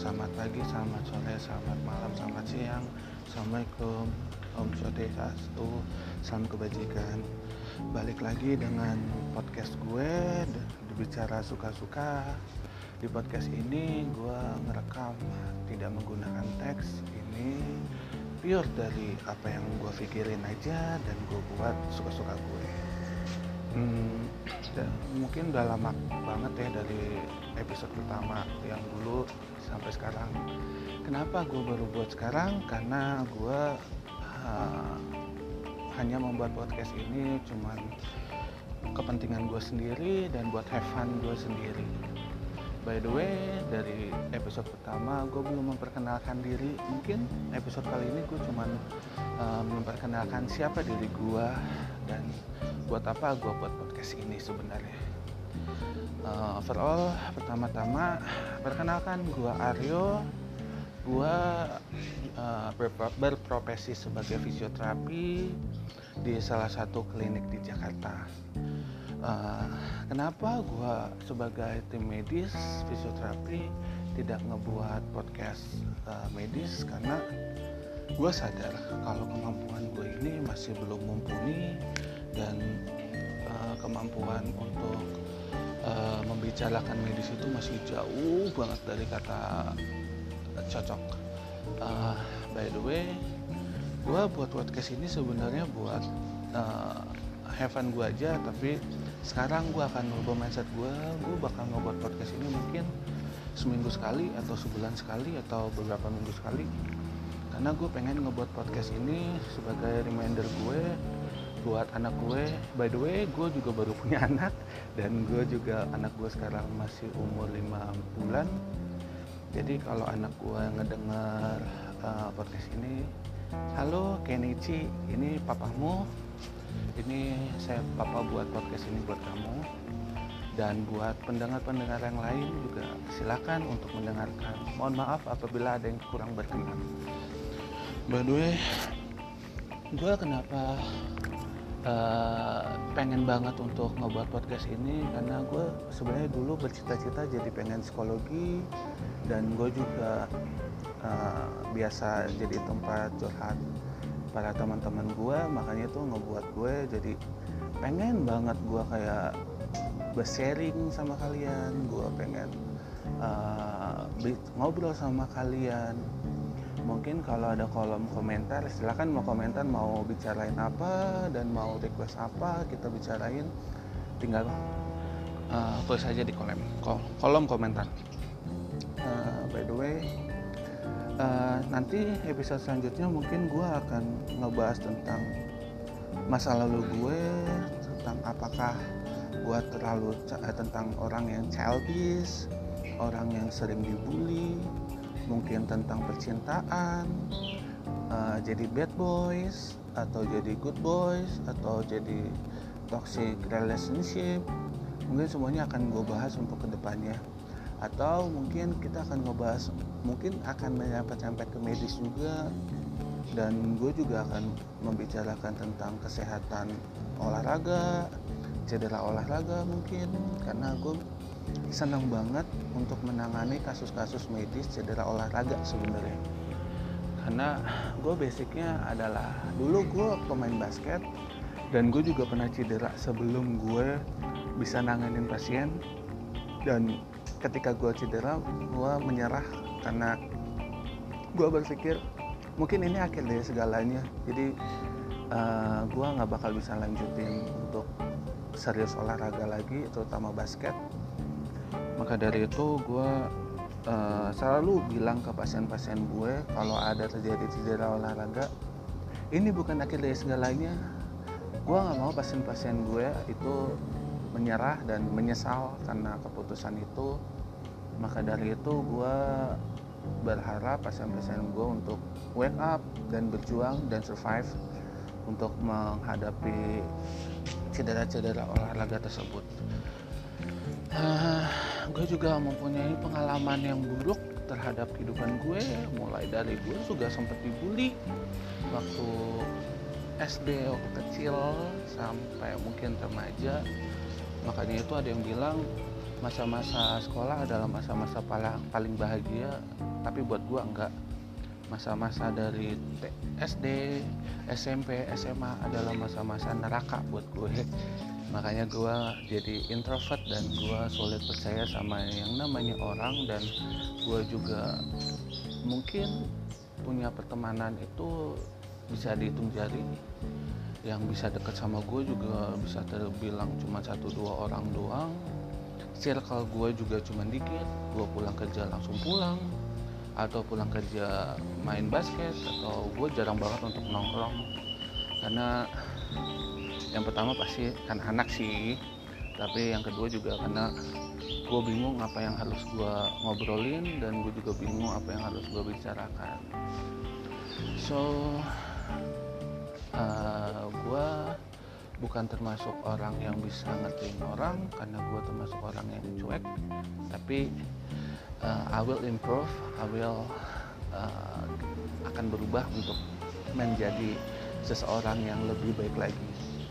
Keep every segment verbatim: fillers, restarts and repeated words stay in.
selamat pagi, selamat sore, selamat malam, selamat siang. Assalamualaikum, Om Swastiastu, salam kebajikan. Balik lagi dengan podcast gue, Bicara Suka-Suka. Di podcast ini gue ngerekam tidak menggunakan teks. Ini pure dari apa yang gue pikirin aja dan gue buat suka-suka gue. Hmm, dan mungkin udah lama banget ya dari episode pertama yang dulu sampai sekarang. Kenapa gue baru buat sekarang? Karena gue uh, hanya membuat podcast ini cuman kepentingan gue sendiri dan buat have fun gue sendiri. By the way, dari episode pertama gue belum memperkenalkan diri. Mungkin episode kali ini gue cuman uh, memperkenalkan siapa diri gue dan buat apa gue buat podcast ini sebenarnya. Uh, overall, pertama-tama perkenalkan gue Aryo. Gue uh, berpro- berprofesi sebagai fisioterapi di salah satu klinik di Jakarta. Uh, kenapa gue sebagai tim medis fisioterapi tidak ngebuat podcast uh, medis? Karena gue sadar kalau kemampuan gue ini masih belum mumpuni dan uh, kemampuan untuk uh, membicarakan medis itu masih jauh banget dari kata cocok. Uh, by the way, gue buat podcast ini sebenarnya buat uh, have fun gue aja, tapi sekarang gue akan merubah mindset gue. Gue bakal ngebuat podcast ini mungkin seminggu sekali atau sebulan sekali atau beberapa minggu sekali, karena gue pengen ngebuat podcast ini sebagai reminder gue buat anak gue. By the way, gue juga baru punya anak, dan gue juga anak gue sekarang masih umur lima bulan. Jadi kalau anak gue ngedengar uh, podcast ini, halo Kenichi, ini papamu. Ini saya papa buat podcast ini buat kamu. Dan buat pendengar-pendengar yang lain juga silakan untuk mendengarkan. Mohon maaf apabila ada yang kurang berkenan. By the way, gue kenapa uh, pengen banget untuk ngebuat podcast ini, karena gue sebenarnya dulu bercita-cita jadi pengen psikologi, dan gue juga uh, biasa jadi tempat curhat para teman-teman gue. Makanya tuh ngebuat gue jadi pengen banget gue kayak bersharing sama kalian. Gue pengen uh, ngobrol sama kalian. Mungkin kalau ada kolom komentar, silakan mau komentar, mau bicarain apa dan mau request apa kita bicarain, tinggal uh, tulis aja di kolom kolom komentar. Uh, by the way, uh, nanti episode selanjutnya mungkin gue akan ngebahas tentang masa lalu gue, tentang apakah gue terlalu uh, tentang orang yang childish, orang yang sering dibully, mungkin tentang percintaan, uh, jadi bad boys atau jadi good boys atau jadi toxic relationship. Mungkin semuanya akan gue bahas untuk kedepannya. Atau mungkin kita akan ngebahas, mungkin akan menyampat-nyampat ke medis juga. Dan gue juga akan membicarakan tentang kesehatan olahraga, cedera olahraga mungkin, karena gue senang banget untuk menangani kasus-kasus medis cedera olahraga sebenarnya. Karena gue basicnya adalah, dulu gue pemain basket, dan gue juga pernah cedera sebelum gue bisa nanganin pasien. Dan ketika gue cedera, gue menyerah karena gue berpikir mungkin ini akhir dari segalanya. Jadi uh, gue gak bakal bisa lanjutin untuk serius olahraga lagi, terutama basket. Maka dari itu gue uh, selalu bilang ke pasien-pasien gue, kalau ada terjadi cedera olahraga, ini bukan akhir dari segalanya. Gue gak mau pasien-pasien gue itu menyerah dan menyesal karena keputusan itu. Maka dari itu gue berharap pasien-pasien gue untuk wake up dan berjuang dan survive untuk menghadapi cedera-cedera olahraga tersebut. Uh, gue juga mempunyai pengalaman yang buruk terhadap kehidupan gue, mulai dari gue juga sempat dibully waktu S D, waktu kecil sampai mungkin remaja. Makanya itu ada yang bilang masa-masa sekolah adalah masa-masa paling paling bahagia, tapi buat gua enggak. Masa-masa dari S D, S M P, S M A adalah masa-masa neraka buat gue. Makanya gue jadi introvert dan gue sulit percaya sama yang namanya orang, dan gue juga mungkin punya pertemanan itu bisa dihitung jari. Yang bisa deket sama gue juga bisa terbilang cuma satu dua orang doang. Circle gue juga cuma dikit. Gue pulang kerja langsung pulang, atau pulang kerja main basket, atau gue jarang banget untuk nongkrong. Karena yang pertama pasti kan anak sih, tapi yang kedua juga karena gue bingung apa yang harus gue ngobrolin, dan gue juga bingung apa yang harus gue bicarakan. So uh, gue bukan termasuk orang yang bisa ngertiin orang, karena gue termasuk orang yang cuek. Tapi uh, I will improve, I will uh, akan berubah untuk menjadi seseorang yang lebih baik lagi.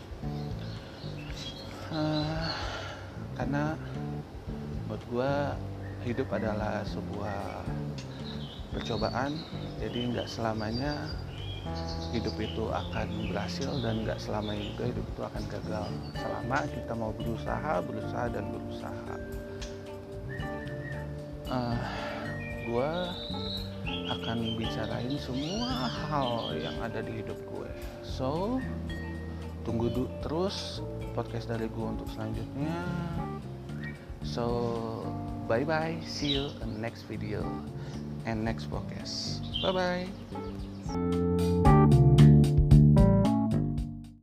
Uh, karena buat gue hidup adalah sebuah percobaan, jadi nggak selamanya hidup itu akan berhasil, dan nggak selamanya juga hidup itu akan gagal, selama kita mau berusaha, berusaha dan berusaha. Uh, gue akan bicarain semua hal yang ada di hidup gue. So tunggu du- terus podcast dari gue untuk selanjutnya. So bye bye, see you in next video and next podcast. Bye bye.